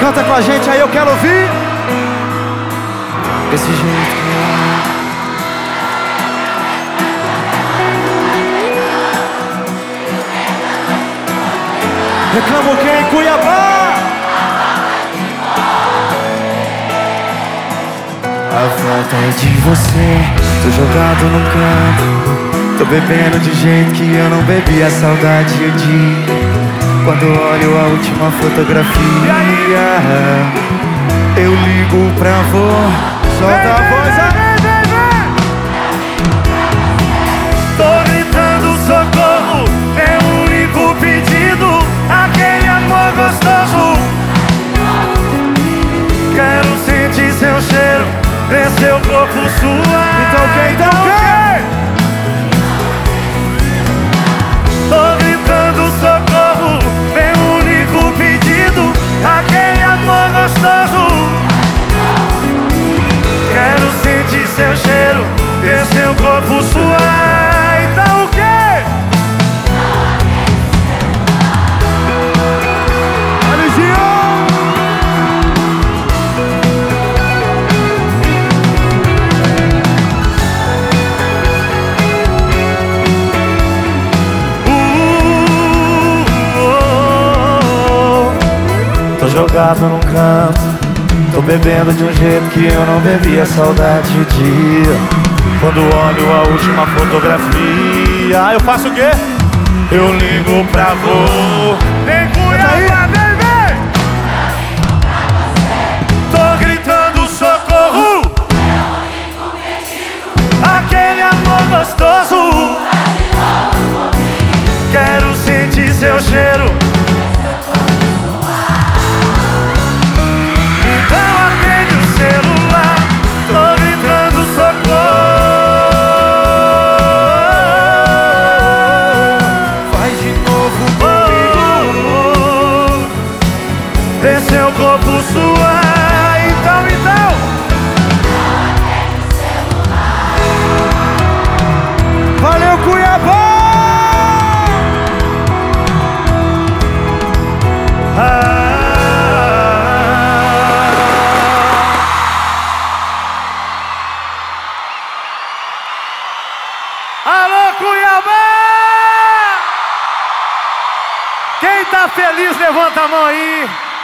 Canta com a gente aí, eu quero ouvir. Desse jeito que reclamo quem? Cuiabá! A falta é de você. Tô jogado num canto, tô bebendo de jeito que eu não bebi. A saudade e o dia quando olho a última fotografia. Eu ligo pra avó. Solta a voz aí. Tô gritando socorro, é o único pedido. Aquele amor gostoso. Quero sentir seu cheiro, ver seu corpo suar. Então quem? Então quem? Tô gritando socorro, é o único pedido. Aquele amor gostoso. Quero sentir seu cheiro, ver seu corpo suar. Então o quê? Tô jogado num canto, tô bebendo de um jeito que eu não bebi. A saudade o dia quando olho a última fotografia. Eu faço o quê? Eu ligo pra avô. Vem Cuiabá, vem, vem! Tô gritando socorro, aquele amor gostoso. Quero sentir seu cheiro. Ver seu corpo suar. Então Valeu, Cuiabá! Alô, Cuiabá! Quem tá feliz, levanta a mão aí.